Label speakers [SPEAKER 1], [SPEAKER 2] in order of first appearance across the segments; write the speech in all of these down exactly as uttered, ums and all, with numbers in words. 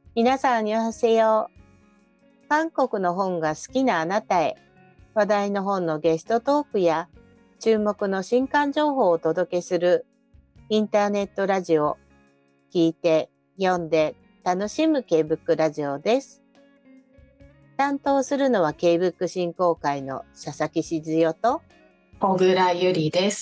[SPEAKER 1] 皆さん、あにょはせよ。韓国の本が好きなあなたへ、話題の本のゲストトークや注目の新刊情報をお届けするインターネットラジオ、聞いて、読んで、楽しむ K-ブック ラジオです。担当するのは K-ブック 振興会の佐々木静代と
[SPEAKER 2] 小倉ゆりです。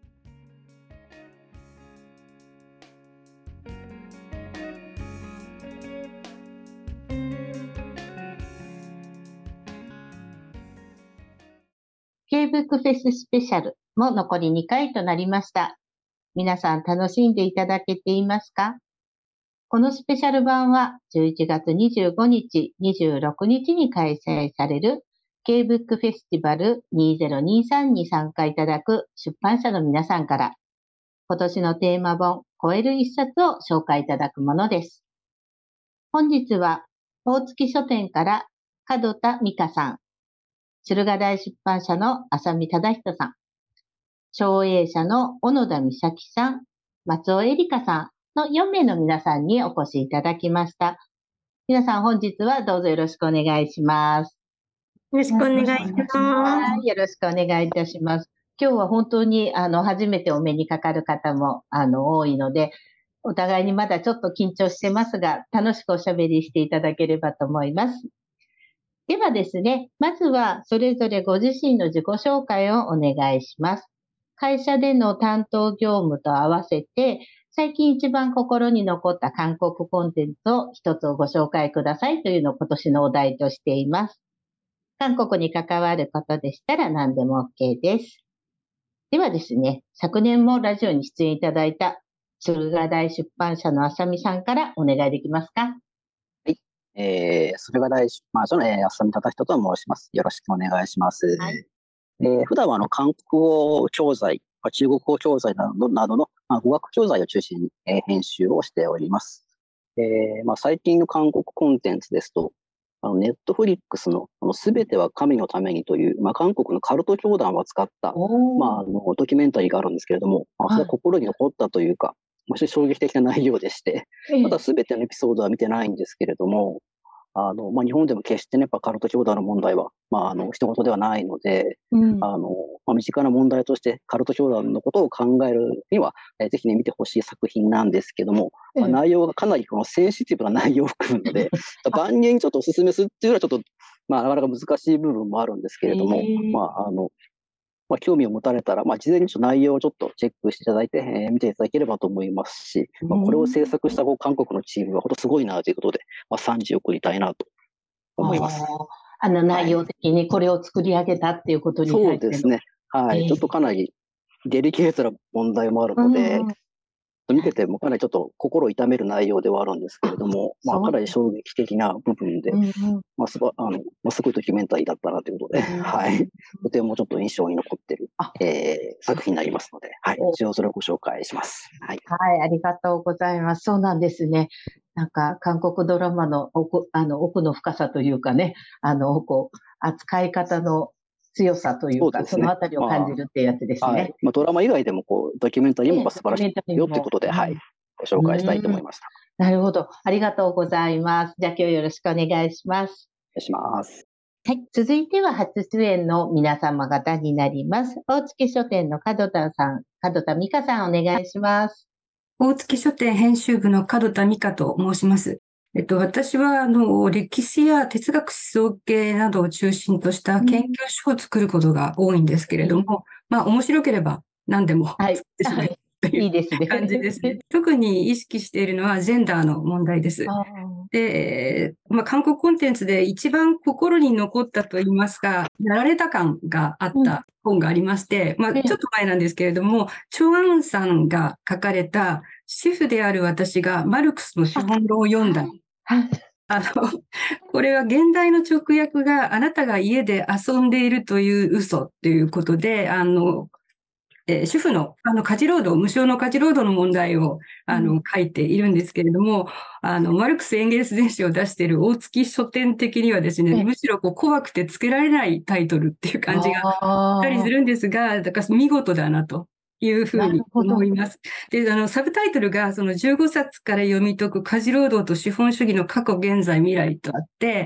[SPEAKER 1] K-ブック フェススペシャルも残りにかいとなりました。皆さん楽しんでいただけていますか？このスペシャル版はじゅういちがつにじゅうごにち、にじゅうろくにちに開催される K-ブック フェスティバルにせんにじゅうさんに参加いただく出版社の皆さんから今年のテーマ本超える一冊を紹介いただくものです。本日は大月書店から門田美香さん、駿河台出版社の浅見忠人さん、長英社の小野田美咲さん、松尾恵里香さんのよんめいの皆さんにお越しいただきました。皆さん本日はどうぞよろしくお願いします。
[SPEAKER 3] よろしくお願いします。
[SPEAKER 1] よろしくお願いいたします。今日は本当にあの初めてお目にかかる方もあの多いので、お互いにまだちょっと緊張してますが、楽しくおしゃべりしていただければと思います。ではですね、まずはそれぞれご自身の自己紹介をお願いします。会社での担当業務と合わせて、最近一番心に残った韓国コンテンツを一つご紹介くださいというのを今年のお題としています。韓国に関わることでしたら何でも OK です。ではですね、昨年もラジオに出演いただいた駿河台出版社の浅見さんからお願いできますか？
[SPEAKER 4] はい、えー、駿河台出版社の、えー、浅見忠人と申します。よろしくお願いします。はい、えー、普段はあの韓国語教材、中国語教材などなどの、まあ、語学教材を中心に、えー、編集をしております。えーまあ、最近の韓国コンテンツですと、あのネットフリックスのすべては神のためにという、まあ、韓国のカルト教団を扱った、まあ、あのドキュメンタリーがあるんですけれども、まあ、それは心に残ったというか、もし衝撃的な内容でして、まだすべてのエピソードは見てないんですけれども、あのまあ、日本でも決してね、やっぱカルト教団の問題は、まあ、あの人事ではないので、うん、あのまあ、身近な問題としてカルト教団のことを考えるには、えー、ぜひね見てほしい作品なんですけども、まあ、内容がかなりこのセンシティブな内容を含むので万人にちょっとお勧めするっていうのはちょっと、まあ、なかなか難しい部分もあるんですけれども、まああのまあ、興味を持たれたら、まあ、事前にちょっと内容をちょっとチェックしていただいて、えー、見ていただければと思いますし、まあ、これを制作した韓国のチームは本当すごいなということで、まあ、賛辞を送りたいなと思います。
[SPEAKER 1] あ, あの内容的にこれを作り上げたっていうことに対して、
[SPEAKER 4] そうですね。はい、えー、ちょっとかなりデリケートな問題もあるので、うん見ててもかなりちょっと心を痛める内容ではあるんですけれども、まあ、かなり衝撃的な部分で、うんうんまあ、すごあのまあ、すごいドキュメンタリーだったなということで、うんはい、とてもちょっと印象に残っている、えー、作品になりますので、はい、一応それをご紹介します。はい、
[SPEAKER 1] はい、ありがとうございます。そうなんですね。なんか韓国ドラマの奥、あの奥の深さというかね、あのこう扱い方の強さというか、そ, ね、そのあたりを感じるっていうやつですね。まあ
[SPEAKER 4] はいまあ、ドラマ以外でもこうドキュメンタリーも素晴らしいよということで、はい、ご紹介したいと思いました。
[SPEAKER 1] なるほど。ありがとうございます。じゃあ今日よろしくお願いします。
[SPEAKER 4] お願いします。
[SPEAKER 1] はい。続いては初出演の皆様方になります。大月書店の門田さん、門田美香さんお願いします。
[SPEAKER 3] 大月書店編集部の門田美香と申します。えっと、私は、あの、歴史や哲学思想系などを中心とした研究書を作ることが多いんですけれども、うん、まあ、面白ければ何でも作ってしまいという感じですね。特に意識しているのはジェンダーの問題です。で、まあ、韓国コンテンツで一番心に残ったといいますか、やられた感があった本がありまして、うん、まあ、ちょっと前なんですけれども、チョ・アンさんが書かれた、主婦である私がマルクスの資本論を読んだ。あの、これは現代の直訳があなたが家で遊んでいるという嘘っていうことで、あの、えー、主婦の、あの、家事労働、無償の家事労働の問題を、あの、書いているんですけれども、あの、マルクス・エンゲルス全史を出している大月書店的にはですね、むしろこう怖くてつけられないタイトルっていう感じがしたりするんですが、だから見事だなと。 いうふうに思います。で、あの、サブタイトルが、そのじゅうごさつから読み解く家事労働と資本主義の過去、現在、未来とあって、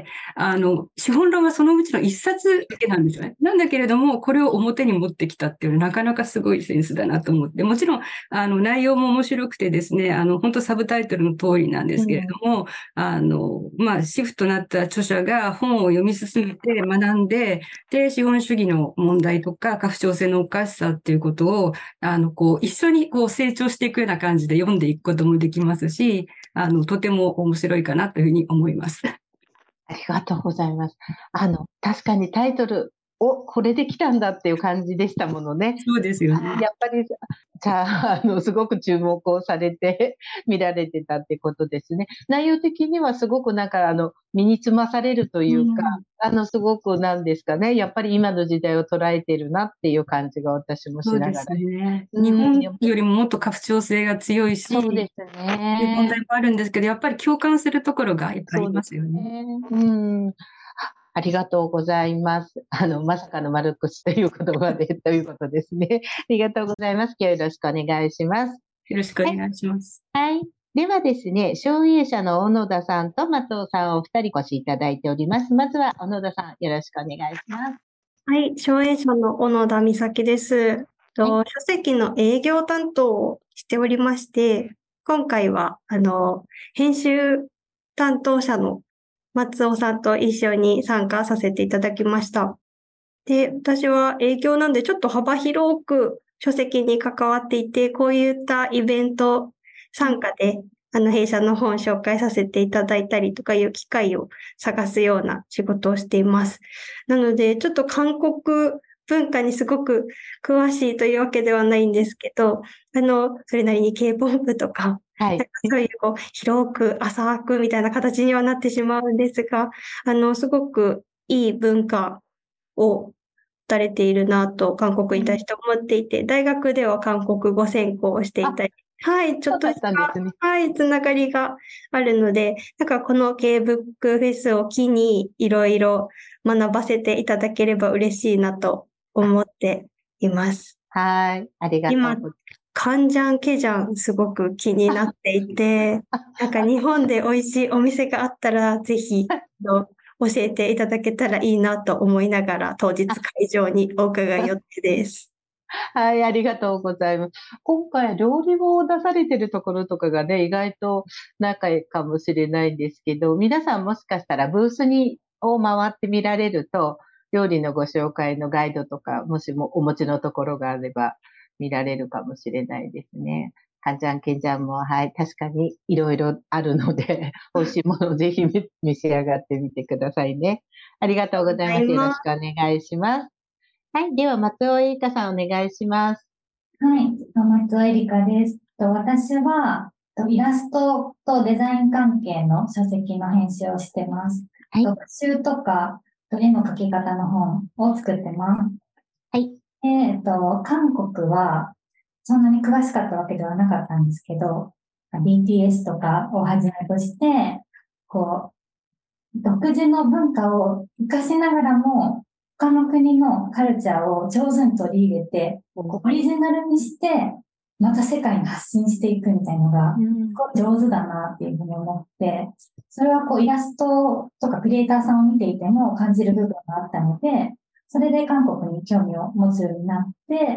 [SPEAKER 3] あの、資本論はそのうちのいっさつだけなんですよね。なんだけれども、これを表に持ってきたっていうのはなかなかすごいセンスだなと思って、もちろん、あの、内容も面白くてですね、あの、本当サブタイトルの通りなんですけれども、うん、あの、まあ、シフトとなった著者が本を読み進めて学んで、で、資本主義の問題とか、過不調性のおかしさっていうことを、あの、こう、一緒にこう成長していくような感じで読んでいくこともできますし、あの、とても面白いかなというふうに思います。
[SPEAKER 1] ありがとうございます。あの、確かにタイトル、お、これで来たんだっていう感じでしたものね。
[SPEAKER 3] そうですよね。
[SPEAKER 1] やっぱり、じゃあ、あの、すごく注目をされて、見られてたってことですね。内容的にはすごくなんか、あの、身につまされるというか、うん、あの、すごくなんですかね、やっぱり今の時代を捉えてるなっていう感じが私もしながら。
[SPEAKER 3] そうですね。うん、日本よりももっと過不調性が強いし、
[SPEAKER 1] そうですね。
[SPEAKER 3] いう問題もあるんですけど、やっぱり共感するところがいっぱいありますよね。
[SPEAKER 1] う、ね、うん。ありがとうございます。あの、まさかのマルクスという言葉でということですね。ありがとうございます。今日よろしくお願いします。
[SPEAKER 3] よろしくお願いします。
[SPEAKER 1] はい。はい、ではですね、証言者の小野田さんと松尾さんお二人お越しいただいております。まずは小野田さん、よろしくお願いします。
[SPEAKER 5] はい。証言者の小野田美咲です。はい、書籍の営業担当をしておりまして、今回は、あの、編集担当者の松尾さんと一緒に参加させていただきました。で、私は営業なんでちょっと幅広く書籍に関わっていて、こういったイベント参加で、あの、弊社の本を紹介させていただいたりとかいう機会を探すような仕事をしています。なので、ちょっと韓国文化にすごく詳しいというわけではないんですけど、あの、それなりに K-ポップ とか、はい、そういうこう広く浅くみたいな形にはなってしまうんですが、あの、すごくいい文化をされているなと韓国に対して思っていて、大学では韓国語専攻をしていたり、はい、ちょっとした、ね、はい、つながりがあるので、なんかこの K-ブック フェスを機にいろいろ学ばせていただければ嬉しいなと思っています。
[SPEAKER 1] はい、ありがとうございます。
[SPEAKER 5] カンジャンケジャンすごく気になっていて、なんか日本で美味しいお店があったらぜひ教えていただけたらいいなと思いながら当日会場にお伺い予定です。
[SPEAKER 1] はい、ありがとうございます。今回料理を出されてるところとかがね、意外と仲いいかもしれないんですけど、皆さんもしかしたらブースにを回ってみられると、料理のご紹介のガイドとか、もしもお持ちのところがあれば見られるかもしれないですね。カンジャンケンジャンも、はい、確かにいろいろあるので、美味しいものをぜひ召し上がってみてくださいね。ありがとうございます。よろしくお願いします。はい。では、松尾恵梨香さん、お願いします。
[SPEAKER 6] はい。松尾恵梨香です。私は、イラストとデザイン関係の書籍の編集をしてます。はい。学習とか、絵の描き方の本を作ってます。はい。で、えっと、韓国は、そんなに詳しかったわけではなかったんですけど、ビーティーエス とかをはじめとして、こう、独自の文化を活かしながらも、他の国のカルチャーを上手に取り入れて、オリジナルにして、また世界に発信していくみたいなのが、すごい上手だなっていうふうに思って、それはこうイラストとかクリエイターさんを見ていても感じる部分があったので、それで韓国に興味を持つようになって、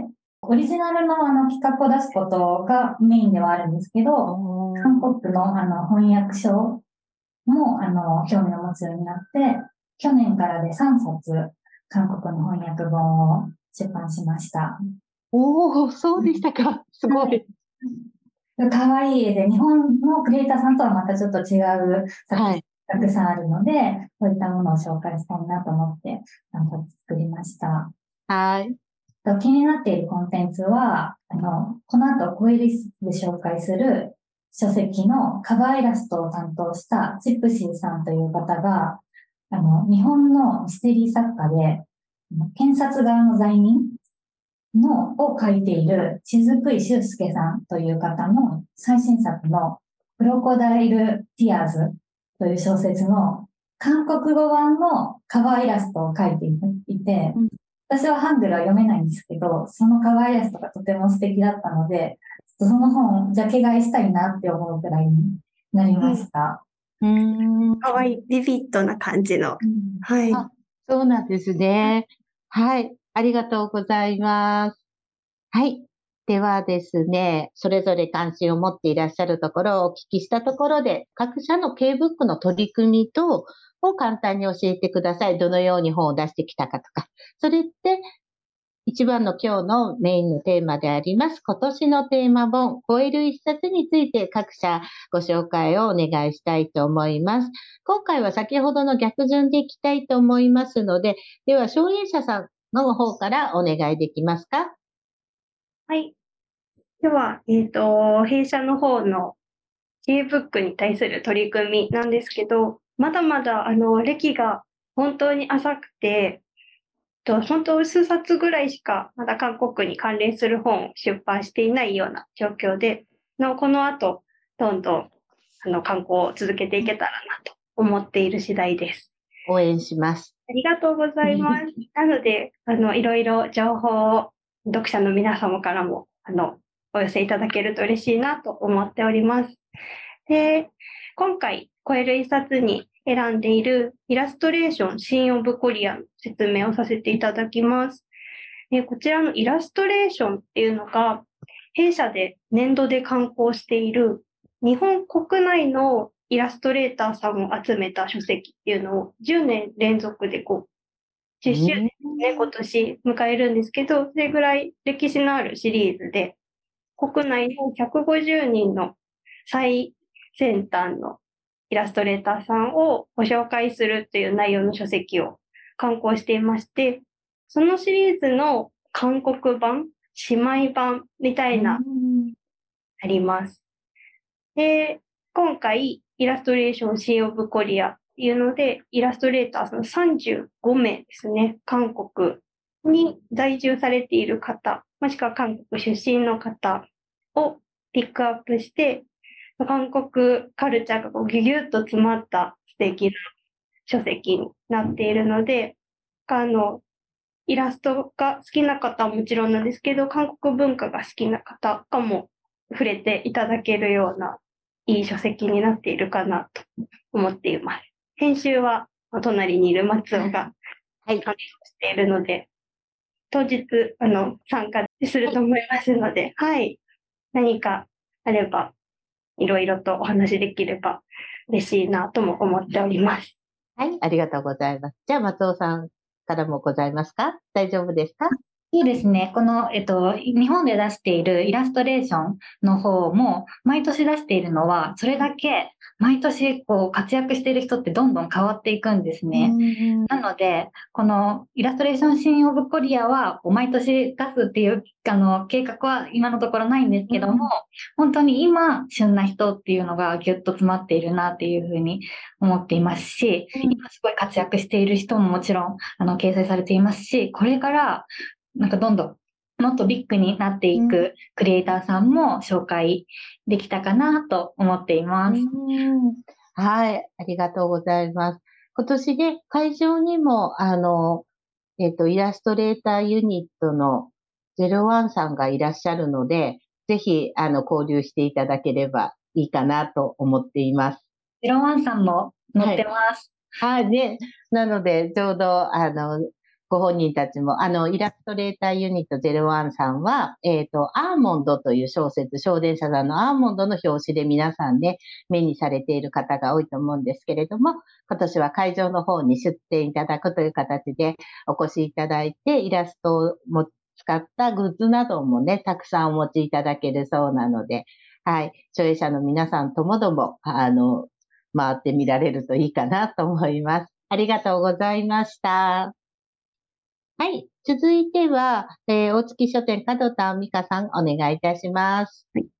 [SPEAKER 6] オリジナルのあの企画を出すことがメインではあるんですけど、韓国のあの翻訳書もあの興味を持つようになって、去年からでさんさつ、韓国の翻訳本を出版しました。
[SPEAKER 1] おー、そうでしたか。すごい。
[SPEAKER 6] かわいい絵で、日本のクリエイターさんとはまたちょっと違う作品がたくさんあるので、はい、そういったものを紹介したいなと思ってさんさつ作りました。
[SPEAKER 1] はい。
[SPEAKER 6] 気になっているコンテンツは、あの、この後コエリスで紹介する書籍のカバーイラストを担当したチップシーさんという方が、あの、日本のミステリー作家で、検察側の罪人のを書いている雫井修介さんという方の最新作のクロコダイルティアーズという小説の韓国語版のカバーイラストを書いていて、 私はハングルは読めないんですけど、その可愛らしさがとても素敵だったので、その本をジャケ買いしたいなって思うくらいになりました。
[SPEAKER 1] うーん。
[SPEAKER 5] かわいい、ビビッドな感じの。
[SPEAKER 6] うん、
[SPEAKER 5] はい。
[SPEAKER 1] あ、そうなんですね。はい。ありがとうございます。はい。ではですね、それぞれ関心を持っていらっしゃるところをお聞きしたところで、各社の K-ブックの取り組みと、を簡単に教えてください。どのように本を出してきたかとか。それって、一番の今日のメインのテーマであります、今年のテーマ本、超える一冊について各社ご紹介をお願いしたいと思います。今回は先ほどの逆順でいきたいと思いますので、では、証言者さんの方からお願いできますか？
[SPEAKER 5] はい。では、えっと、弊社の方の K-ブックに対する取り組みなんですけど、まだまだ、あの、歴が本当に浅くて、と本当数冊ぐらいしかまだ韓国に関連する本を出版していないような状況で、のこの後、どんどんあの観光を続けていけたらなと思っている次第です。
[SPEAKER 1] 応援します。
[SPEAKER 5] ありがとうございます。なので、あの、いろいろ情報を読者の皆様からも、あの、お寄せいただけると嬉しいなと思っております。で、今回、超える一冊に選んでいるイラストレーションシーン・オブ・コリアの説明をさせていただきます。でこちらのイラストレーションっていうのが、弊社で年度で刊行している日本国内のイラストレーターさんを集めた書籍っていうのをじゅうねん連続でこう、じゅっしゅうねんね、今年迎えるんですけど、それぐらい歴史のあるシリーズで、国内のひゃくごじゅうにんの最先端のイラストレーターさんをご紹介するという内容の書籍を刊行していまして、そのシリーズの韓国版、姉妹版みたいな、あります。で、今回、イラストレーションシーン・オブ・コリアっていうので、イラストレーターさんさんじゅうごめいですね、韓国に在住されている方、もしくは韓国出身の方をピックアップして、韓国カルチャーがこうギュギュッと詰まった素敵な書籍になっているので、あの、イラストが好きな方はもちろんなんですけど、韓国文化が好きな方かも触れていただけるようないい書籍になっているかなと思っています。編集は隣にいる松尾が担当しているので、当日あの参加すると思いますので、はい、何かあればいろいろとお話できれば嬉しいなとも思っております。
[SPEAKER 1] はい、ありがとうございます。じゃあ、松尾さんからもございますか？大丈夫ですか？
[SPEAKER 6] そうですね。この、えっと、日本で出しているイラストレーションの方も、毎年出しているのは、それだけ毎年こう活躍している人ってどんどん変わっていくんですね。なので、このイラストレーションシーン・オブ・コリアは、毎年出すっていうあの計画は今のところないんですけども、本当に今、旬な人っていうのがギュッと詰まっているなっていうふうに思っていますし、今すごい活躍している人ももちろんあの掲載されていますし、これからなんかどんどんもっとビッグになっていくクリエイターさんも紹介できたかなと思っています。
[SPEAKER 1] はい、ありがとうございます。今年で会場にも、あの、えっと、イラストレーターユニットのゼロワンさんがいらっしゃるので、ぜひ、あの、交流していただければいいかなと思っています。
[SPEAKER 6] ゼロワンさんも載ってます。
[SPEAKER 1] はい、ね。なので、ちょうど、あの、ご本人たちも、あの、イラストレーターユニットゼロワンさんは、えっと、アーモンドという小説、小電車さんのアーモンドの表紙で皆さんね、目にされている方が多いと思うんですけれども、今年は会場の方に出展いただくという形でお越しいただいて、イラストをも使ったグッズなどもね、たくさんお持ちいただけるそうなので、はい、所有者の皆さんともども、あの、回ってみられるといいかなと思います。ありがとうございました。はい。続いては、えー、大月書店、門田美香さん、お願いいたします。
[SPEAKER 7] はい。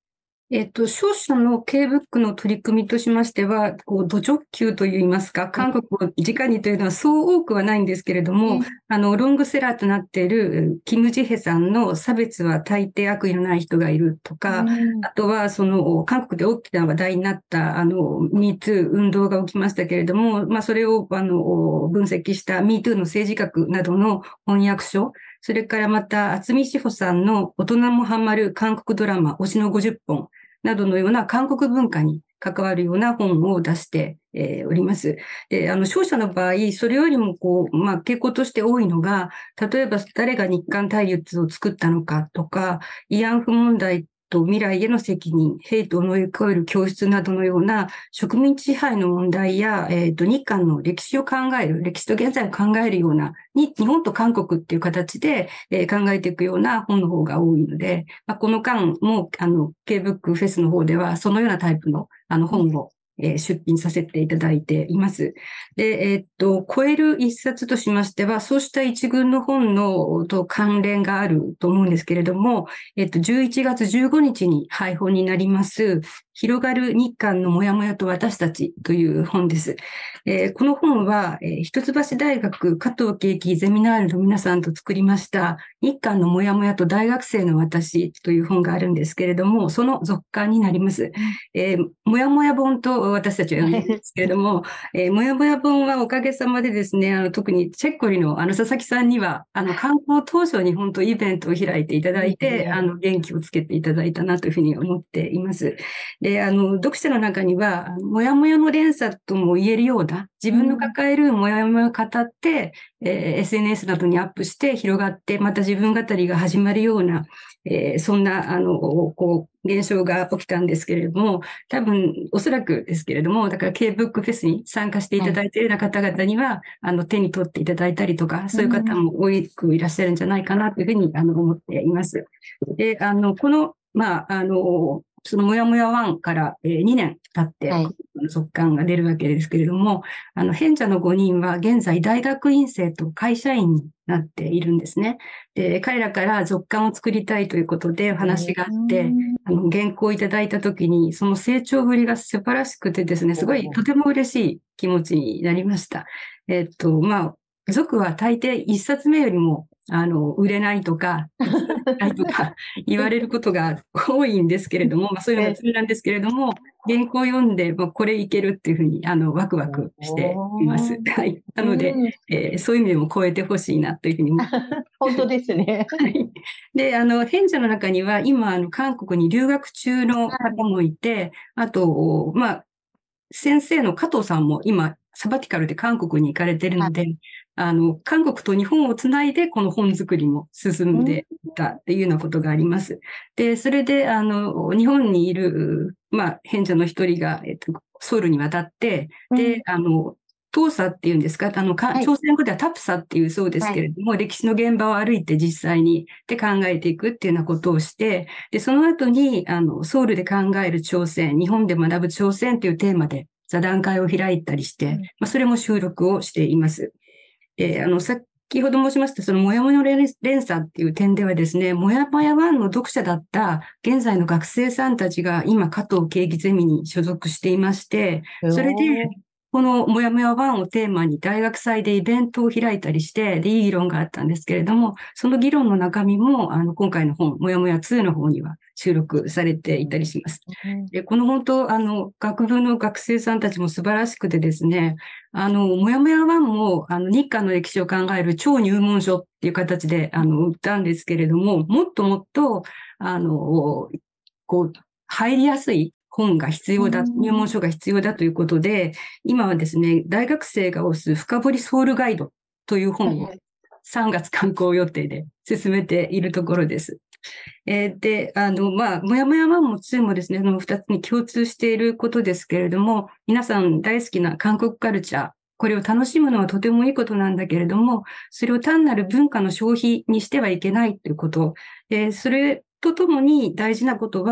[SPEAKER 3] えっと、商社の K ブックの取り組みとしましては、こう、土直球といいますか、韓国を直にというのはそう多くはないんですけれども、あの、ロングセラーとなっている、キム・ジヘさんの差別は大抵悪意のない人がいるとか、あとは、その、韓国で大きな話題になった、あの、ミートゥー 運動が起きましたけれども、まあ、それを、あの、分析した ミートゥー の政治学などの翻訳書、それからまた、渥美志保さんの大人もハマる韓国ドラマ、推しのごじゅっぽんなどのような韓国文化に関わるような本を出して、えー、おります。で、あの、商社の場合、それよりもこう、まあ、傾向として多いのが、例えば誰が日韓対立を作ったのかとか、慰安婦問題と未来への責任、ヘイトを乗り越える教室などのような植民地支配の問題や、えっと、日韓の歴史を考える、歴史と現在を考えるような、に日本と韓国っていう形で、えー、考えていくような本の方が多いので、まあ、この間も、あの、K ブックフェスの方では、そのようなタイプの、あの、本を、えー、出品させていただいています。で、えー、っと、超える一冊としましては、そうした一群の本のと関連があると思うんですけれども、えっと、じゅういちがつじゅうごにちに配本になります、広がる日韓のモヤモヤと私たちという本です。えー、この本は、えー、一橋大学加藤啓基ゼミナールの皆さんと作りました、日韓のモヤモヤと大学生の私という本があるんですけれども、その続刊になります。えー、もやもや本と私たちは呼んでるんですけれども、えー、もやもや本はおかげさまでですね、あの特にチェッコリのあの佐々木さんには、あの観光当初に本当イベントを開いていただいて、あの元気をつけていただいたなというふうに思っています。で、あの、読者の中には、もやもやの連鎖とも言えるような、自分の抱えるもやもやを語って、えー、エスエヌエス などにアップして広がって、また自分語りが始まるような、えー、そんな、あの、こう、現象が起きたんですけれども、多分、おそらくですけれども、だから K ブックフェスに参加していただいているような方々には、はい、あの、手に取っていただいたりとか、そういう方も多くいらっしゃるんじゃないかなというふうに、あの、思っています。で、あの、この、まあ、あの、そのもやもやワンからにねん経って、続刊が出るわけですけれども、はい、あの、編者のごにんは現在大学院生と会社員になっているんですね。で、彼らから続刊を作りたいということでお話があって、あの、原稿をいただいたときに、その成長ぶりが素晴らしくてですね、すごいとても嬉しい気持ちになりました。えっと、まあ、族は大抵一冊目よりもあの、売れないとか、ないとか言われることが多いんですけれども、まあそういうのが常なんですけれども、原稿を読んで、まあ、これいけるっていうふうに、あの、ワクワクしています。はい。なので、えー、そういう意味でも超えてほしいなというふうに思ってます。
[SPEAKER 1] 本当ですね。
[SPEAKER 3] はい。で、あの、編者の中には、今、あの、韓国に留学中の方もいて、あと、まあ、先生の加藤さんも今、サバティカルで韓国に行かれているので、はい、あの、韓国と日本をつないでこの本作りも進んでいたっていうようなことがあります。で、それで、あの、日本にいる、まあ、編者の一人が、えっと、ソウルに渡って、で、あの、トーサっていうんですか、あの、か朝鮮語ではタプサっていうそうですけれども、はい、歴史の現場を歩いて実際にで考えていくっていうようなことをして、で、その後に、あの、ソウルで考える朝鮮、日本で学ぶ朝鮮というテーマで座談会を開いたりして、まあ、それも収録をしています。えー、あの、先ほど申しました、そのもやもやの連鎖っていう点ではですね、もやもやワンの読者だった現在の学生さんたちが今、加藤啓基ゼミに所属していまして、それで、このもやもやワンをテーマに大学祭でイベントを開いたりして、で、いい議論があったんですけれども、その議論の中身も、あの、今回の本、もやもやツーの方には収録されていたりします。で、この本当、あの、学部の学生さんたちも素晴らしくてですね、あの、もやもやワンも、あの、日韓の歴史を考える超入門書っていう形で、あの、売ったんですけれども、もっともっと、あの、こう、入りやすい本が必要だ、入門書が必要だということで、今はですね、大学生が推す深掘りソウルガイドという本をさんがつ刊行予定で進めているところです。えー、で、あの、まあ、もやもやワンもツーもですね、そのふたつに共通していることですけれども、皆さん大好きな韓国カルチャー、これを楽しむのはとてもいいことなんだけれども、それを単なる文化の消費にしてはいけないということ。で、それとともに大事なことは、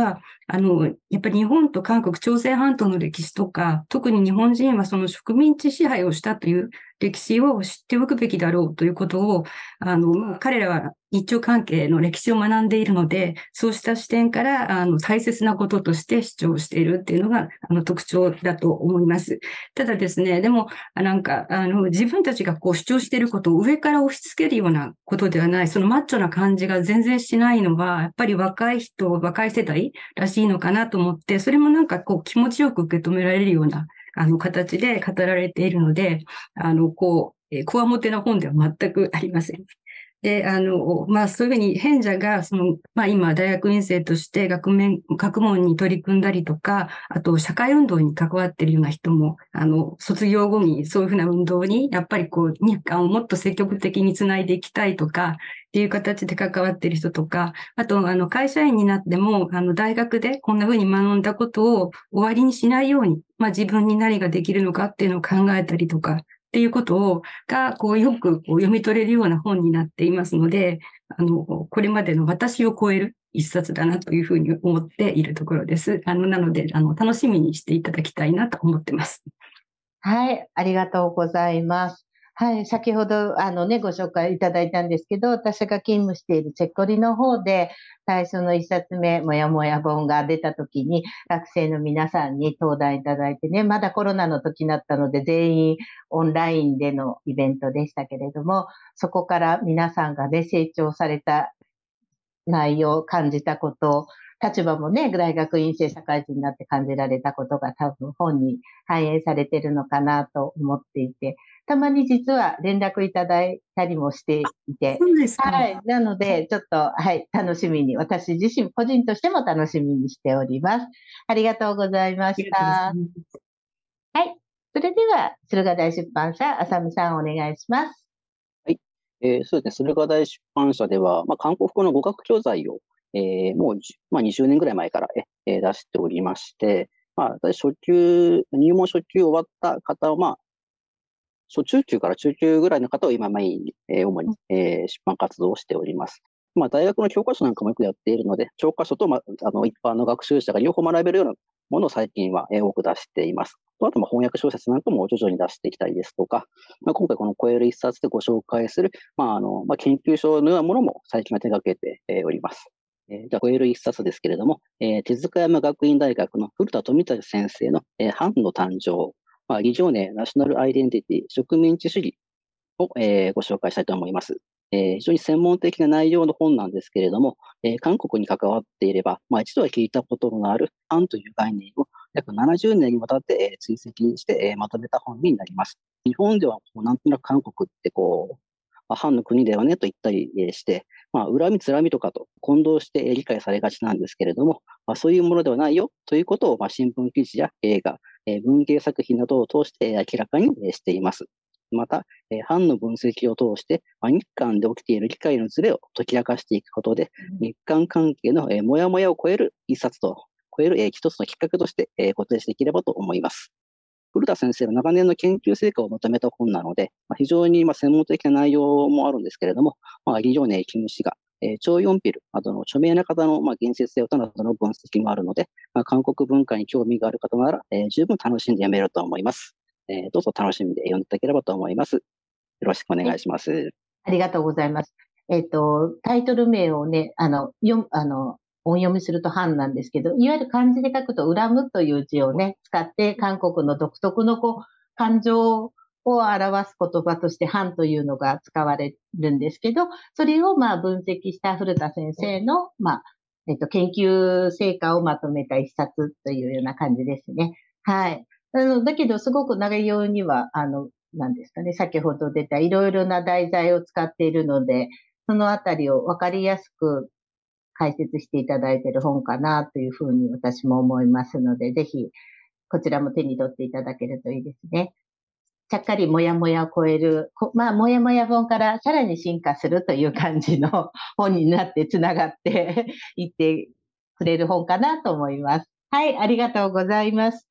[SPEAKER 3] あの、やっぱり日本と韓国、朝鮮半島の歴史とか、特に日本人はその植民地支配をしたという歴史を知っておくべきだろうということを、あの、まあ、彼らは日朝関係の歴史を学んでいるので、そうした視点から、あの、大切なこととして主張しているっていうのが、あの、特徴だと思います。ただですね、でも、なんか、あの、自分たちがこう主張していることを上から押し付けるようなことではない、そのマッチョな感じが全然しないのは、やっぱり若い人、若い世代らしいのかなと思って、それもなんかこう気持ちよく受け止められるような、あの、形で語られているので、あの、こう、えー、こわもてな本では全くありません。で、あの、まあ、そういうふうに賢者が、その、まあ、今、大学院生として学面、学問に取り組んだりとか、あと、社会運動に関わっているような人も、あの、卒業後にそういうふうな運動に、やっぱりこう、日韓をもっと積極的につないでいきたいとか、っていう形で関わっている人とか、あと、あの、会社員になっても、あの、大学でこんなふうに学んだことを終わりにしないように、まあ、自分に何ができるのかっていうのを考えたりとか、っていうことを、が、こう、よくこう読み取れるような本になっていますので、あの、これまでの私を超える一冊だなというふうに思っているところです。あの、なので、あの、楽しみにしていただきたいなと思ってます。
[SPEAKER 1] はい、ありがとうございます。はい、先ほど、あのね、ご紹介いただいたんですけど、私が勤務しているチェコリの方で、最初の一冊目、もやもや本が出た時に、学生の皆さんに登壇いただいてね、まだコロナの時だったので、全員オンラインでのイベントでしたけれども、そこから皆さんがね、成長された内容を感じたこと、立場もね、大学院生社会人になって感じられたことが多分本に反映されているのかなと思っていて、たまに実は連絡いただいたりもしていて、
[SPEAKER 3] そうですか。
[SPEAKER 1] はい。なので、ちょっと、はい、楽しみに、私自身、個人としても楽しみにしております。ありがとうございました。はい。それでは、駿河台出版社、浅見さんお願いします。
[SPEAKER 4] はい。えー、そうですね。駿河台出版社では、まあ、韓国語の語学教材を、えー、もう、まあ、にじゅうねんぐらい前からえー、出しておりまして、まあ、初級、入門初級終わった方は、まあ、初中級から中級ぐらいの方を今、メインに、えー、主に、えー、出版活動をしております。まあ、大学の教科書なんかもよくやっているので、教科書と、まあ、あの、一般の学習者が両方学べるようなものを最近は、えー、多く出しています。あと、まあ、翻訳小説なんかも徐々に出してきたりですとか、まあ、今回この超える一冊でご紹介する、まあ、あの、まあ、研究書のようなものも最近は手掛けて、えー、おります。えー、じゃあ、超える一冊ですけれども、えー、手塚山学院大学の古田富田先生の、えー、藩の誕生、まあ、議場名、ナショナルアイデンティティ、植民地主義を、えー、ご紹介したいと思います。えー、非常に専門的な内容の本なんですけれども、えー、韓国に関わっていれば、まあ、一度は聞いたことのある藩という概念を約ななじゅうねんにわたって、えー、追跡して、えー、まとめた本になります。日本ではこうなんとなく韓国ってこう、まあ、藩の国だよねと言ったりして、まあ、恨みつらみとかと混同して理解されがちなんですけれども、まあ、そういうものではないよということを、まあ、新聞記事や映画、えー、文芸作品などを通して明らかにしています。また、えー、藩の分析を通して、まあ、日韓で起きている理解のズレを解き明かしていくことで、日韓関係の、えー、もやもやを超える一冊と、超える、えー、一つのきっかけとして、えー、固定していければと思います。古田先生の長年の研究成果をまとめた本なので、まあ、非常にまあ専門的な内容もあるんですけれども、まあ、李承寧、キム氏が、えー、チョヨンピルなどの著名な方の、まあ、言説や歌などの分析もあるので、まあ、韓国文化に興味がある方なら、えー、十分楽しんで読めると思います。えー、どうぞ楽しみで読んでいただければと思います。よろしくお願いします。
[SPEAKER 1] ありがとうございます。えっと、タイトル名をね、あの、読あの、音読みすると藩なんですけど、いわゆる漢字で書くと恨むという字をね、使って韓国の独特のこう、感情を表す言葉として藩というのが使われるんですけど、それをまあ分析した古田先生の、まあ、えっと、研究成果をまとめた一冊というような感じですね。はい。あの、だけどすごく内容には、あの、なんですかね、先ほど出たいろいろな題材を使っているので、そのあたりをわかりやすく解説していただいている本かなというふうに私も思いますので、ぜひこちらも手に取っていただけるといいですね。ちゃっかりもやもやを超える、まあ、もやもや本からさらに進化するという感じの本になってつながっていってくれる本かなと思います。はい、ありがとうございました。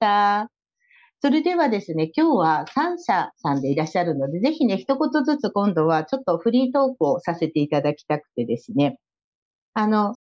[SPEAKER 1] それではですね、今日はさん社さんでいらっしゃるので、ぜひね、一言ずつ今度はちょっとフリートークをさせていただきたくてですね、あの、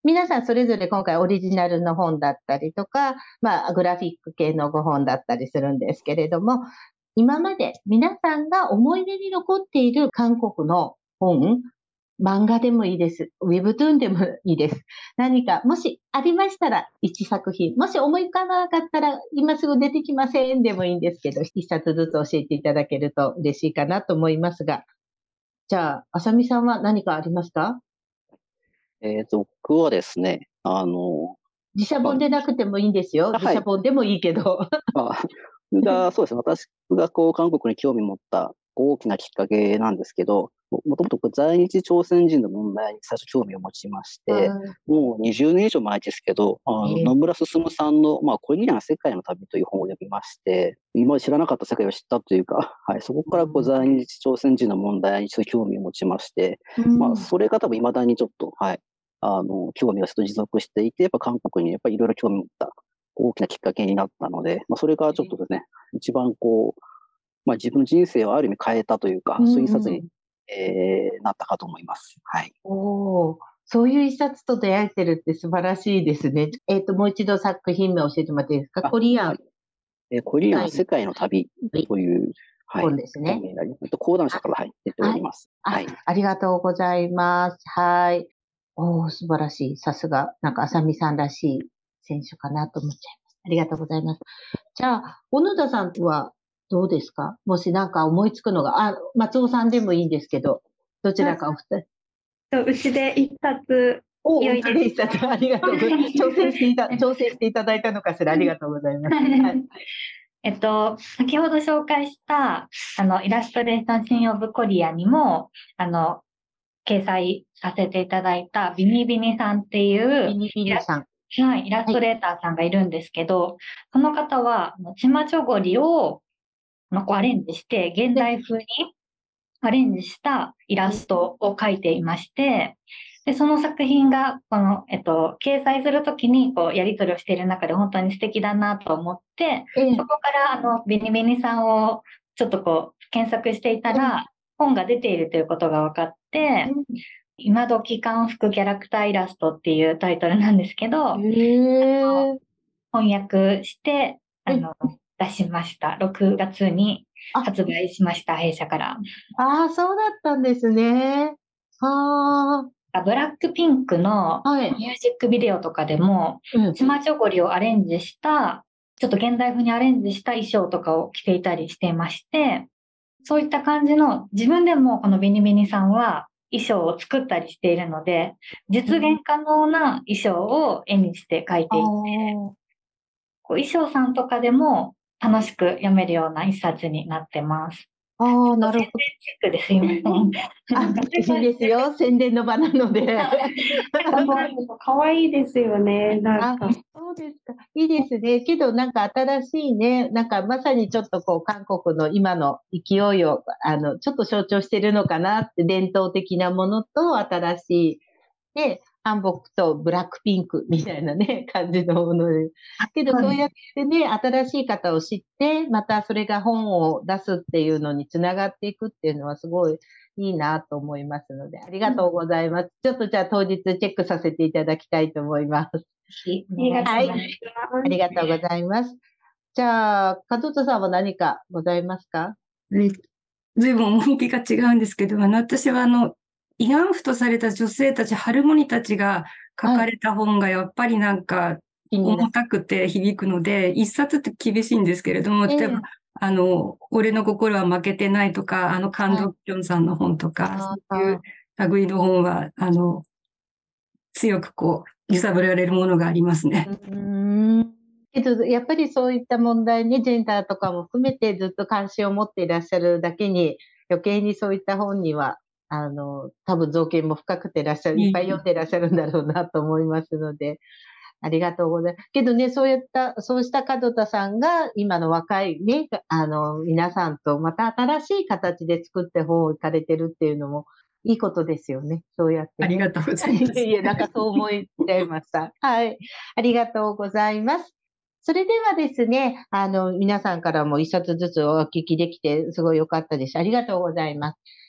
[SPEAKER 1] 皆さんそれぞれ今回オリジナルの本だったりとか、まあ、グラフィック系のご本だったりするんですけれども、今まで皆さんが思い出に残っている韓国の本、漫画でもいいです。ウェブトゥーンでもいいです。何か、もしありましたら一作品。もし思い浮かばなかったら今すぐ出てきませんでもいいんですけど、一冊ずつ教えていただけると嬉しいかなと思いますが。じゃあ、あさみさんは何かありますか？
[SPEAKER 4] えっと、僕はですね、あの、
[SPEAKER 1] 自社本でなくてもいいんですよ。
[SPEAKER 4] あはい
[SPEAKER 1] 自社本でもいいけど。
[SPEAKER 4] まあ、僕が、そうですね、私がこう、韓国に興味持った大きなきっかけなんですけど、ももともとこう在日朝鮮人の問題に最初興味を持ちまして、もうにじゅうねん以上前ですけど、あの
[SPEAKER 1] ええ
[SPEAKER 4] 野村進さんの、まあ、コリアン世界の旅という本を読みまして、今まで知らなかった世界を知ったというか、はい、そこからこう在日朝鮮人の問題にちょっと興味を持ちまして、
[SPEAKER 1] うん
[SPEAKER 4] まあ、それが多分未だにちょっと、はい、あの、興味がちょっと持続していて、やっぱ韓国にやっぱりいろいろ興味を持った大きなきっかけになったので、まあ、それがちょっとですね、一番こう、まあ、自分の人生をある意味変えたというか、
[SPEAKER 1] うん
[SPEAKER 4] そういう一冊に、えーなったかと思います。はい。
[SPEAKER 1] おー、そういう一冊と出会えてるって素晴らしいですね。えっと、もう一度作品名教えてもらっていいですか？
[SPEAKER 4] あ
[SPEAKER 1] コリアン
[SPEAKER 4] はいえーコリアン世界の旅という、はい、
[SPEAKER 1] 本ですね
[SPEAKER 4] 本になります。えっと講談社から、はい、出ております。
[SPEAKER 1] あ、
[SPEAKER 4] はい。
[SPEAKER 1] ありがとうございます。はい。おー、素晴らしい。さすが、なんか、あさみさんらしい選手かなと思っちゃいます。ありがとうございます。じゃあ、小野田さんはどうですか？もしなんか思いつくのが、あ、松尾さんでもいいんですけど、どちらかお二人。
[SPEAKER 5] とうちで一冊
[SPEAKER 1] お、
[SPEAKER 5] 良い
[SPEAKER 1] うちで一冊ありがとうございます。挑戦していた、挑戦していただいたのかしら。ありがとうございます。はい。
[SPEAKER 6] えっと、先ほど紹介した、あの、イラストレーションシーンオブコリアにも、あの、掲載させていただいたビニビニさんっていう
[SPEAKER 1] ビニビニさん。
[SPEAKER 6] はい、イラストレーターさんがいるんですけど、その方は、あのチマチョゴリを、まあ、こうアレンジして、現代風にアレンジしたイラストを描いていまして、で、その作品が、この、えっと、掲載するときに、こう、やり取りをしている中で本当に素敵だなと思って、
[SPEAKER 1] ええ
[SPEAKER 6] そこから、あの、ビニビニさんをちょっとこう、検索していたら、本が出ているということが分かって、今時漢服キャラクターイラストっていうタイトルなんですけど、
[SPEAKER 1] へえ。
[SPEAKER 6] 翻訳して、あの、出しました。ろくがつに発売しました、弊社から。
[SPEAKER 1] ああ、そうだったんですね。は
[SPEAKER 6] ブラックピンクの
[SPEAKER 1] あ。はい。
[SPEAKER 6] ミュージックビデオとかでも、
[SPEAKER 1] うん。
[SPEAKER 6] チマチョゴリをアレンジした、ちょっと現代風にアレンジした衣装とかを着ていたりしていまして、そういった感じの、自分でもこのビニビニさんは衣装を作ったりしているので、実現可能な衣装を絵にして描いていて、こう衣装さんとかでも楽しく読めるような一冊になってます。
[SPEAKER 1] ああ、なるほど。
[SPEAKER 6] 宣伝チェックですいません。
[SPEAKER 1] あ、いいですよ。宣伝の場なので。
[SPEAKER 5] 可愛いですよね。な
[SPEAKER 1] あ、
[SPEAKER 5] んか。
[SPEAKER 1] そうですか。いいですね。けど、なんか新しいね、なんかまさにちょっとこう、韓国の今の勢いを、あの、ちょっと象徴してるのかなって、伝統的なものと新しい、で、韓国とブラックピンクみたいなね、感じのもので。けど、そうやってね、新しい方を知って、またそれが本を出すっていうのにつながっていくっていうのはすごいいいなと思いますので、ありがとうございます。ちょっとじゃあ当日チェックさせていただきたいと思います。はい。ありがとうございます。じゃあ、門田さんは何かございますか？
[SPEAKER 3] ね、ずいぶん趣が違うんですけど、あの、私はあの、慰安婦とされた女性たち、ハルモニたちが書かれた本がやっぱりなんか重たくて響くので、一冊って厳しいんですけれども、例えば、あの、俺の心は負けてないとか、あの、カンドキョンさんの本とか、そういう類の本は、あの、強くこう、揺さぶられるものがありますね。
[SPEAKER 1] うーん。けど、やっぱりそういった問題ね、ジェンダーとかも含めてずっと関心を持っていらっしゃるだけに、余計にそういった本には、あの、多分造形も深くていらっしゃる、いっぱい読んでいらっしゃるんだろうなと思いますので、ありがとうございます。けどね、そういった、そうした門田さんが今の若いね、あの、皆さんとまた新しい形で作って本を行かれてるっていうのも、いいことですよね。そうやって、ね。
[SPEAKER 3] ありがとうございます。
[SPEAKER 1] いえ、なんかそう思いちゃいました。はい。ありがとうございます。それではですね、あの、皆さんからも一冊ずつお聞きできて、すごい良かったです。ありがとうございます。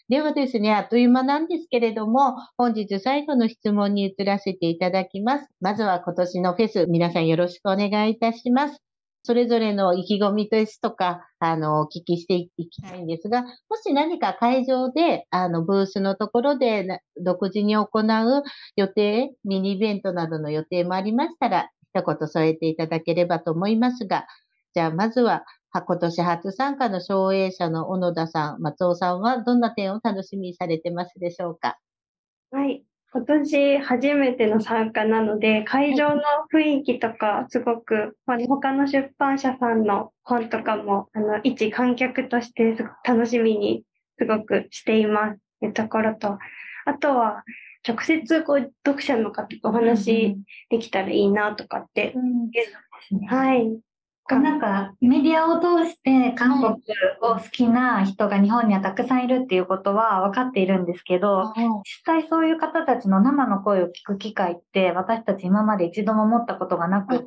[SPEAKER 1] ではですね、あっという間なんですけれども、本日最後の質問に移らせていただきます。まずは今年のフェス、皆さんよろしくお願いいたします。それぞれの意気込みですとか、あの、お聞きしていきたいんですが、もし何か会場で、あの、ブースのところで独自に行う予定、ミニイベントなどの予定もありましたら、一言添えていただければと思いますが、じゃあまずは、今年初参加の奨励者の小野田さん、松尾さんはどんな点を楽しみにされてますでしょうか？
[SPEAKER 5] はい。今年初めての参加なので、会場の雰囲気とかすごく、まあ、他の出版社さんの本とかも、あの、一観客としてすごく楽しみにすごくしていますというところと、あとは、直接こう読者の方とお話できたらいいなとかって、
[SPEAKER 6] うんうん、
[SPEAKER 5] はい。
[SPEAKER 6] なんかメディアを通して韓国を好きな人が日本にはたくさんいるっていうことは分かっているんですけど、実際そういう方たちの生の声を聞く機会って私たち今まで一度も持ったことがなくって。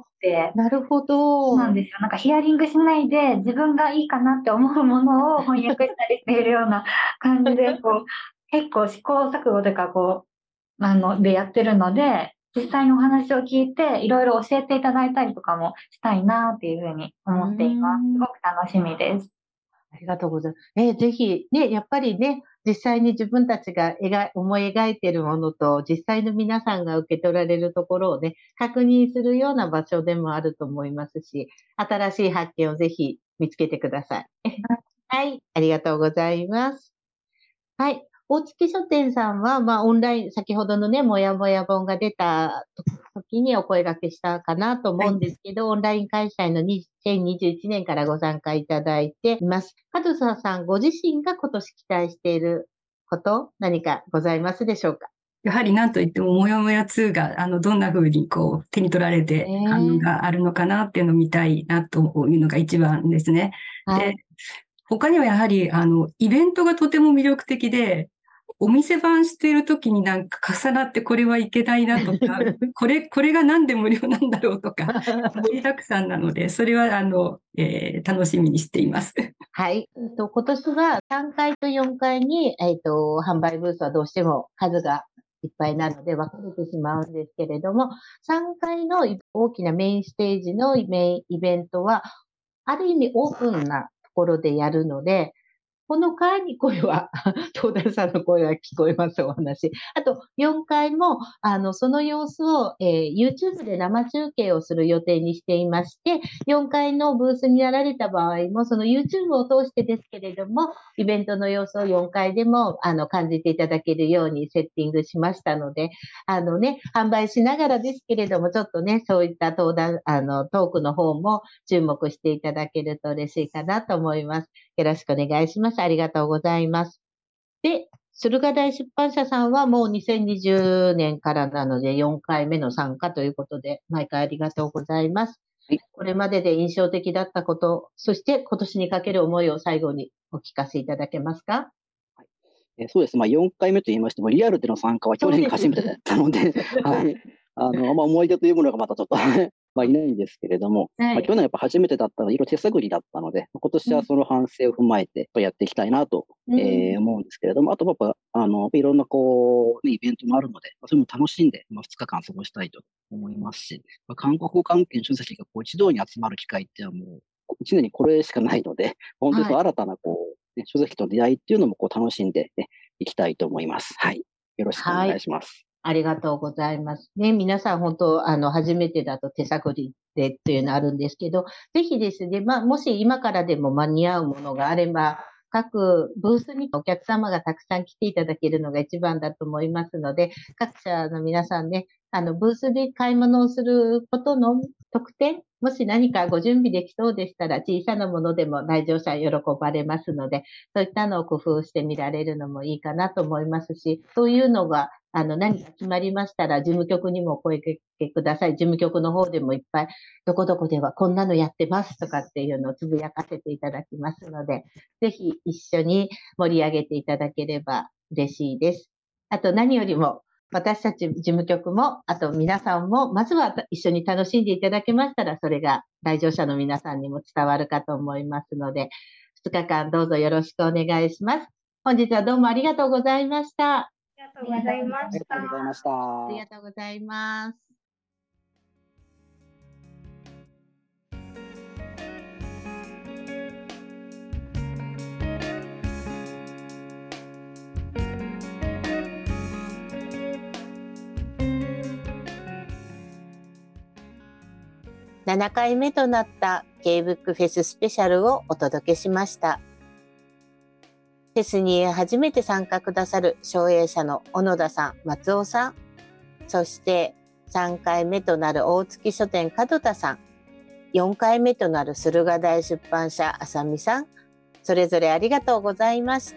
[SPEAKER 1] なるほど。
[SPEAKER 6] そうなんですよ。なんかヒアリングしないで自分がいいかなって思うものを翻訳したりしているような感じで、こう結構試行錯誤というかこう、あの、でやってるので、実際にお話を聞いて、いろいろ教えていただいたりとかもしたいなっていうふうに思っています。すごく楽しみです。
[SPEAKER 1] ありがとうございます。えー、ぜひ、ね、やっぱりね、実際に自分たちが描思い描いているものと、実際の皆さんが受け取られるところをね、確認するような場所でもあると思いますし、新しい発見をぜひ見つけてください。はい、ありがとうございます。はい。大月書店さんは、まあ、オンライン、先ほどのね、もやもや本が出た時にお声掛けしたかなと思うんですけど、はい、オンライン開催のにせんにじゅういちねんからご参加いただいています。門沢さんご自身が今年期待していること、何かございますでしょうか？
[SPEAKER 3] やはり何といっても、もやもやツーが、あの、どんな風にこう、手に取られて、反応があるのかなっていうのを見たいなというのが一番ですね。はい、で、他にはやはり、あの、イベントがとても魅力的で、お店番している時になんか重なってこれはいけないなとか、これ、これがなんで無料なんだろうとか、盛りだくさんなので、それはあの、えー、楽しみにしています。
[SPEAKER 1] はい。えっと、今年はさんかいとよんかいに、えっと、販売ブースはどうしても数がいっぱいなので分かれてしまうんですけれども、さんかいの大きなメインステージのメインイベントは、ある意味オープンなところでやるので、この回に声は、東大さんの声は聞こえます、お話。あと、よんかいも、あの、その様子を、えー、YouTube で生中継をする予定にしていまして、よんかいのブースになられた場合も、その YouTube を通してですけれども、イベントの様子をよんかいでも、あの、感じていただけるようにセッティングしましたので、あのね、販売しながらですけれども、ちょっとね、そういった登壇、あの、トークの方も注目していただけると嬉しいかなと思います。よろしくお願いします。ありがとうございます。で、駿河台出版社さんはもうにせんにじゅうねんからなのでよんかいめの参加ということで、毎回ありがとうございます。はい、これまでで印象的だったこと、そして今年にかける思いを最後にお聞かせいただけますか？
[SPEAKER 4] はい、えそうです。まあ、よんかいめと言いましても、リアルでの参加は去年初めてだったので、はい。あの、まあ、思い出というものがまたちょっとまあ、いないんですけれども、はい、まあ、去年やっぱ初めてだったので、いろいろ手探りだったので、今年はその反省を踏まえてやっていきたいなと、うん、えー、思うんですけれども、あとやっぱ、あの、いろんなこう、ね、イベントもあるので、それも楽しんで、まあ、ふつかかん過ごしたいと思いますし、まあ、韓国語関係の書籍がこう一堂に集まる機会っていうのはもう、いちねんにこれしかないので、本当に新たなこう、ね、書籍との出会いっていうのもこう楽しんで、ね、いきたいと思います。はい。よろしくお願いします。はい、
[SPEAKER 1] ありがとうございます。ね、皆さん本当、あの、初めてだと手探りでっていうのあるんですけど、ぜひですね、まあ、もし今からでも間に合うものがあれば、各ブースにお客様がたくさん来ていただけるのが一番だと思いますので、各社の皆さんね、あの、ブースで買い物をすることの特典、もし何かご準備できそうでしたら、小さなものでも来場者喜ばれますので、そういったのを工夫してみられるのもいいかなと思いますし、そういうのが、あの、何か決まりましたら、事務局にもお声掛けください。事務局の方でもいっぱい、どこどこではこんなのやってますとかっていうのをつぶやかせていただきますので、ぜひ一緒に盛り上げていただければ嬉しいです。あと何よりも、私たち事務局も、あと皆さんも、まずは一緒に楽しんでいただけましたら、それが来場者の皆さんにも伝わるかと思いますので、ふつかかんどうぞよろしくお願いします。 本日はどうもありがとうございました。
[SPEAKER 5] ありがとうございま
[SPEAKER 4] あり
[SPEAKER 5] した。
[SPEAKER 4] がとうございました。
[SPEAKER 1] ありがとうございます。ななかいめとなった K-ブック フェススペシャルをお届けしました。フェスに初めて参加くださる奨励者の小野田さん、松尾さん、そしてさんかいめとなる大月書店門田さん、よんかいめとなる駿河台出版社あさみさん、それぞれありがとうございました。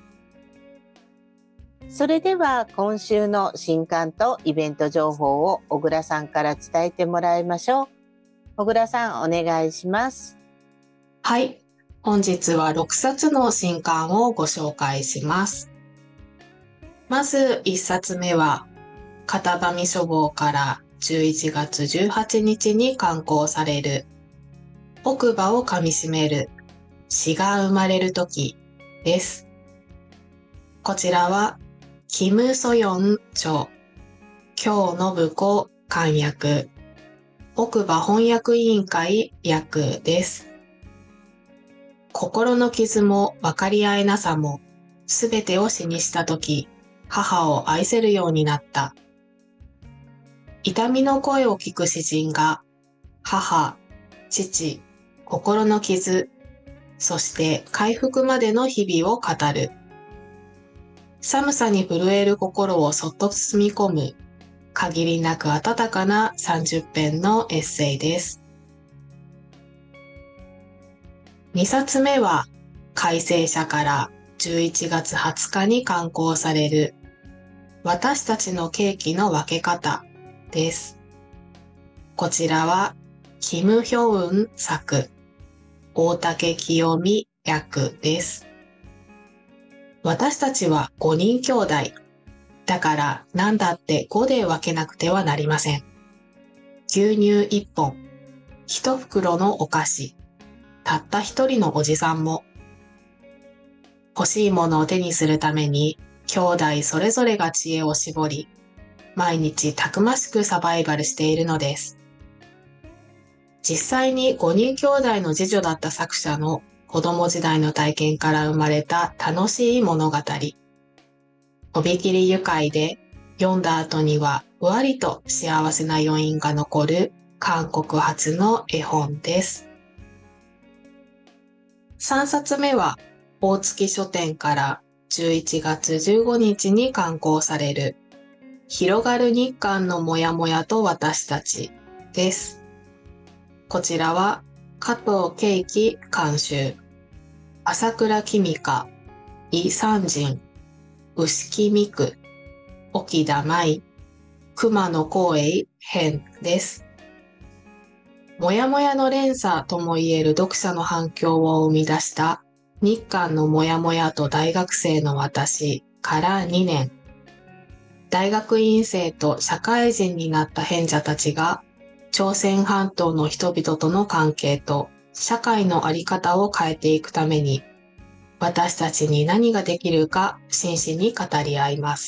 [SPEAKER 1] それでは今週の新刊とイベント情報を小倉さんから伝えてもらいましょう。小倉さん、お願いします。
[SPEAKER 2] はい。本日はろくさつの新刊をご紹介します。まずいっさつめは、片上書房からじゅういちがつじゅうはちにちに刊行される、奥歯を噛みしめる、詩が生まれる時です。こちらは、キム・ソヨン著、京信子漢訳、奥歯翻訳委員会訳です。心の傷も分かり合えなさも、すべてを死にしたとき、母を愛せるようになった。痛みの声を聞く詩人が、母、父、心の傷、そして回復までの日々を語る。寒さに震える心をそっと包み込む、限りなく温かなさんじゅっぺんのエッセイです。にさつめは、改正社からじゅういちがつはつかに刊行される、私たちのケーキの分け方です。こちらは、キム・ヒョウン作、大竹清美訳です。私たちはごにん兄弟。だから何だってごで分けなくてはなりません。牛乳いっぽん、ひとふくろのお菓子、たったひとりのおじさんも。欲しいものを手にするために、兄弟それぞれが知恵を絞り、毎日たくましくサバイバルしているのです。実際にごにん兄弟の次女だった作者の子供時代の体験から生まれた楽しい物語。とびきり愉快で、読んだ後には割と幸せな余韻が残る韓国発の絵本です。さんさつめは大月書店からじゅういちがつじゅうごにちに刊行される広がる日韓のモヤモヤと私たちです。こちらは加藤慶喜監修、朝倉紀香、イ・サンジン、牛木美久、沖田舞、熊野光栄編です。もやもやの連鎖ともいえる読者の反響を生み出した日韓のもやもやと大学生の私からにねん。大学院生と社会人になった編者たちが朝鮮半島の人々との関係と社会の在り方を変えていくために私たちに何ができるか真摯に語り合います。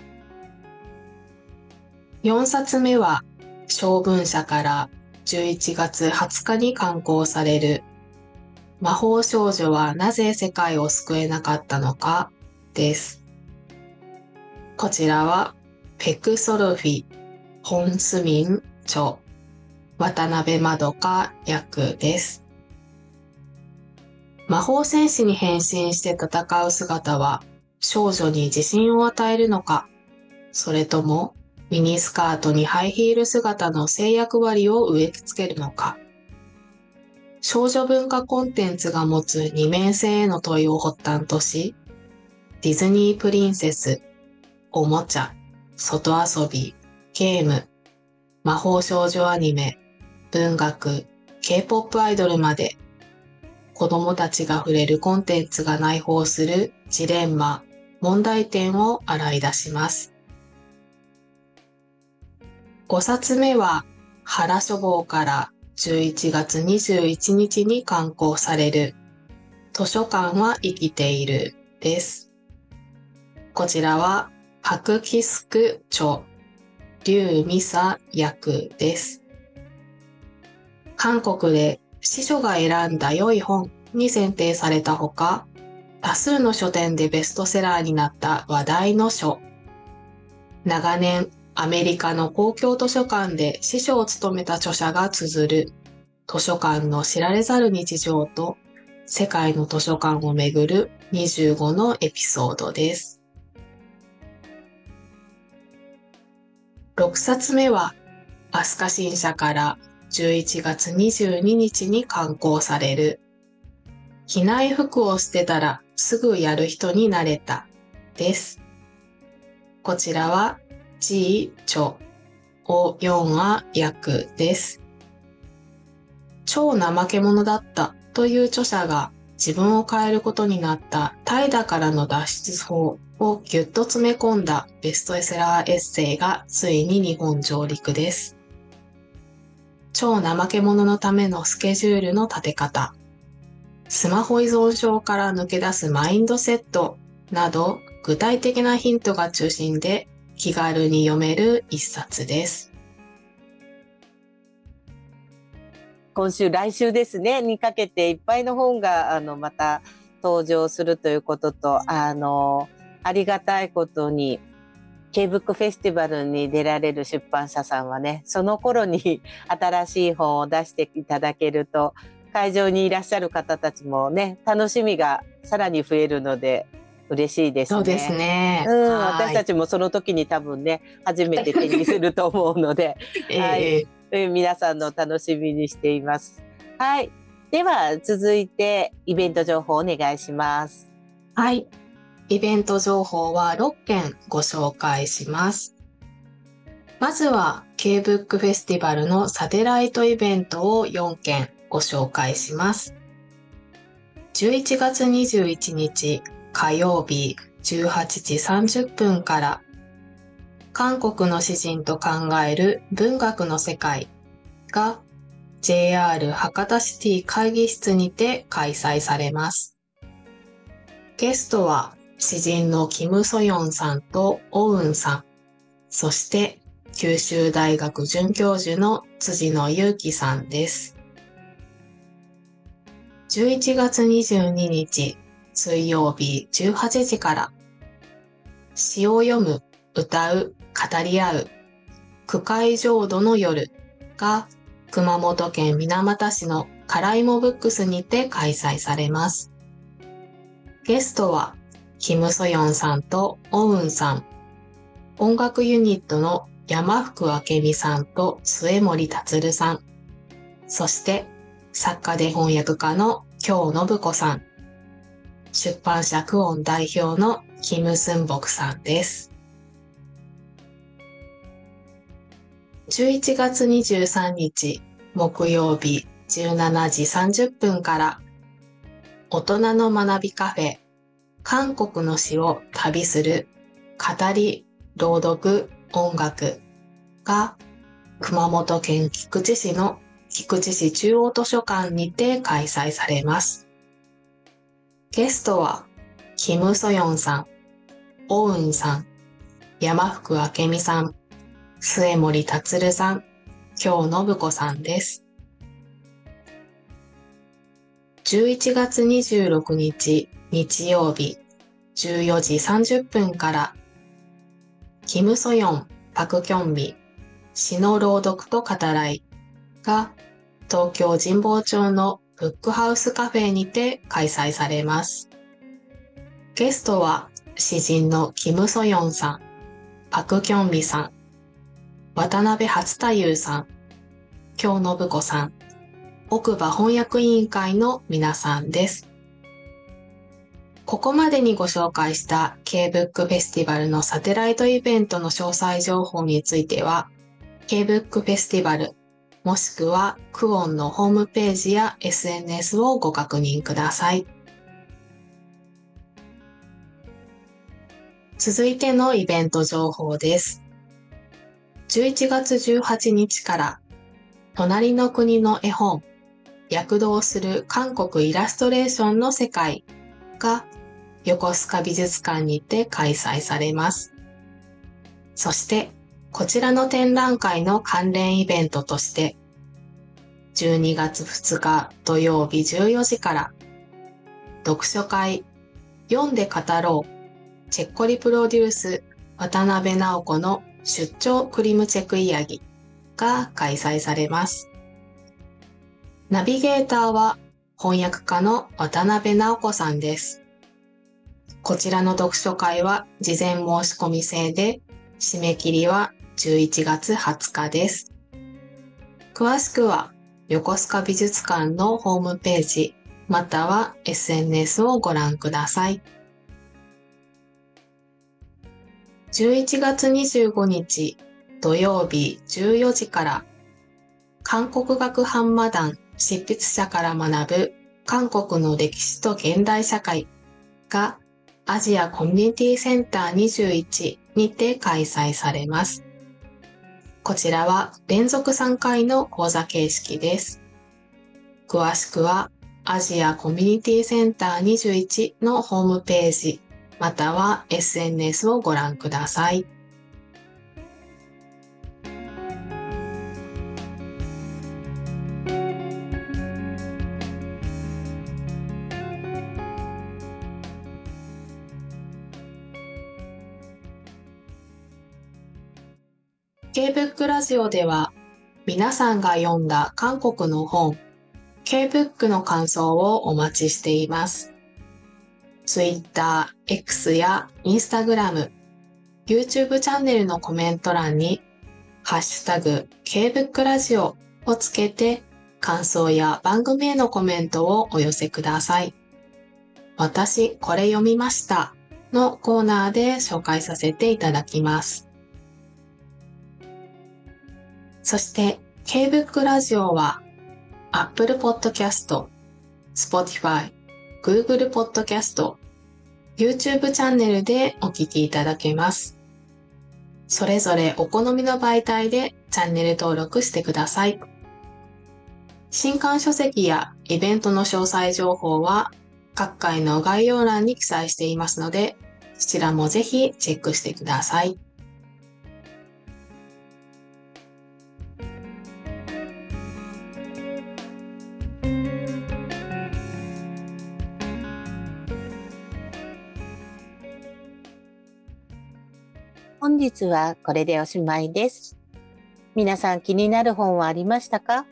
[SPEAKER 2] よんさつめは小文社からじゅういちがつはつかに刊行される魔法少女はなぜ世界を救えなかったのかです。こちらはペクソルフィ・ホンスミン著、渡辺まどか訳です。魔法戦士に変身して戦う姿は少女に自信を与えるのか、それともミニスカートにハイヒール姿の性役割を植え付けるのか。少女文化コンテンツが持つ二面性への問いを発端とし、ディズニープリンセス、おもちゃ、外遊び、ゲーム、魔法少女アニメ、文学、K-ポップ アイドルまで、子供たちが触れるコンテンツが内包するジレンマ、問題点を洗い出します。ごさつめは原書房からじゅういちがつにじゅういちにちに刊行される図書館は生きているです。こちらはパクキスク著、リュウミサ訳です。韓国で司書が選んだ良い本に選定されたほか、多数の書店でベストセラーになった話題の書。長年、アメリカの公共図書館で司書を務めた著者が綴る図書館の知られざる日常と世界の図書館をめぐるにじゅうごのエピソードです。ろくさつめは飛鳥新社からじゅういちがつにじゅうににちに刊行される着ない服を捨てたらすぐやる人になれたです。こちらはジー・チョ・オ・ヨンア訳です。超怠け者だったという著者が自分を変えることになった怠惰からの脱出法をぎゅっと詰め込んだベストセラーエッセイがついに日本上陸です。超怠け者のためのスケジュールの立て方、スマホ依存症から抜け出すマインドセットなど具体的なヒントが中心で気軽に読める一冊です。
[SPEAKER 7] 今週、来週ですね、にかけていっぱいの本があのまた登場するということと、あの、ありがたいことに、K-ブック フェスティバルに出られる出版社さんはね、その頃に新しい本を出していただけると、会場にいらっしゃる方たちもね、楽しみがさらに増えるので、嬉しいですね。
[SPEAKER 2] そうですね。
[SPEAKER 7] うん、私たちもその時に多分ね、初めて手にすると思うので、はい、えー、皆さんの楽しみにしています。はい。では、続いてイベント情報お願いします。
[SPEAKER 2] はい。イベント情報はろっけんご紹介します。まずは K-ブック フェスティバルのサテライトイベントをよんけんご紹介します。じゅういちがつにじゅういちにち火曜日じゅうはちじさんじゅっぷんから韓国の詩人と考える文学の世界が ジェイアール 博多シティ会議室にて開催されます。ゲストは詩人のキム・ソヨンさんとオウンさん、そして九州大学准教授の辻野祐樹さんです。じゅういちがつにじゅうににち水曜日じゅうはちじから詩を読む、歌う、語り合う句会浄土の夜が熊本県水俣市のカライモブックスにて開催されます。ゲストはキム・ソヨンさんとオウンさん、音楽ユニットの山福明美さんと末森達さん、そして作家で翻訳家の京信子さん、出版社クオン代表のキム・スンボクさんです。じゅういちがつにじゅうさんにち木曜日じゅうしちじさんじゅっぷんから大人の学びカフェ韓国の詩を旅する語り、朗読、音楽が熊本県菊池市の菊池市中央図書館にて開催されます。ゲストはキム・ソヨンさん、オウンさん、山福明美さん、末森達さん、京信子さんです。じゅういちがつにじゅうろくにち日曜日じゅうよじさんじゅっぷんからキム・ソヨン、パク・キョンビ詩の朗読と語らいが東京神保町のブックハウスカフェにて開催されます。ゲストは詩人のキム・ソヨンさん、パク・キョンビさん、渡辺初太夫さん、京信子さん、奥歯翻訳委員会の皆さんです。ここまでにご紹介した K-ブック フェスティバルのサテライトイベントの詳細情報については、K-ブック フェスティバルもしくはクオンのホームページや エスエヌエス をご確認ください。続いてのイベント情報です。じゅういちがつじゅうはちにちから隣の国の絵本、躍動する韓国イラストレーションの世界が横須賀美術館にて開催されます。そして、こちらの展覧会の関連イベントとして、じゅうにがつふつか土曜日じゅうよじから、読書会、読んで語ろう、チェッコリプロデュース渡辺直子の出張クリムチェクイヤギが開催されます。ナビゲーターは翻訳家の渡辺直子さんです。こちらの読書会は事前申し込み制で、締め切りはじゅういちがつはつかです。詳しくは横須賀美術館のホームページまたは エスエヌエス をご覧ください。じゅういちがつにじゅうごにち土曜日じゅうよじから韓国学ハンマ団執筆者から学ぶ韓国の歴史と現代社会がアジアコミュニティセンターにじゅういちにて開催されます。こちらは連続さんかいの講座形式です。詳しくはアジアコミュニティセンターにじゅういちのホームページまたは エスエヌエス をご覧ください。K-ブック ラジオでは皆さんが読んだ韓国の本 K-ブック の感想をお待ちしています。Twitter、X や Instagram、YouTube チャンネルのコメント欄にハッシュタグ K-ブック ラジオをつけて感想や番組へのコメントをお寄せください。私これ読みましたのコーナーで紹介させていただきます。そして K-ブック ラジオは Apple Podcast、Spotify、Google Podcast、YouTube チャンネルでお聞きいただけます。それぞれお好みの媒体でチャンネル登録してください。新刊書籍やイベントの詳細情報は各回の概要欄に記載していますので、そちらもぜひチェックしてください。
[SPEAKER 7] 本日はこれでおしまいです。皆さん気になる本はありましたか？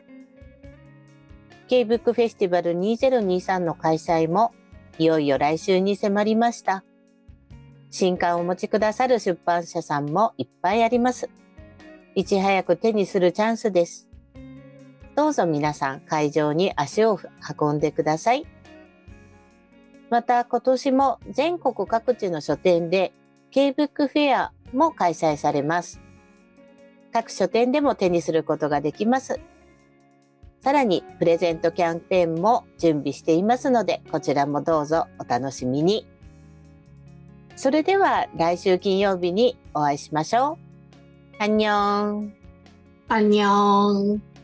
[SPEAKER 7] K-ブック フェスティバルにせんにじゅうさんの開催もいよいよ来週に迫りました。新刊をお持ちくださる出版社さんもいっぱいあります。いち早く手にするチャンスです。どうぞ皆さん会場に足を運んでください。また今年も全国各地の書店で K-ブック フェアも開催されます。各書店でも手にすることができます。さらにプレゼントキャンペーンも準備していますので、こちらもどうぞお楽しみに。それでは来週金曜日にお会いしましょう。アンニョン。
[SPEAKER 2] アンニョン。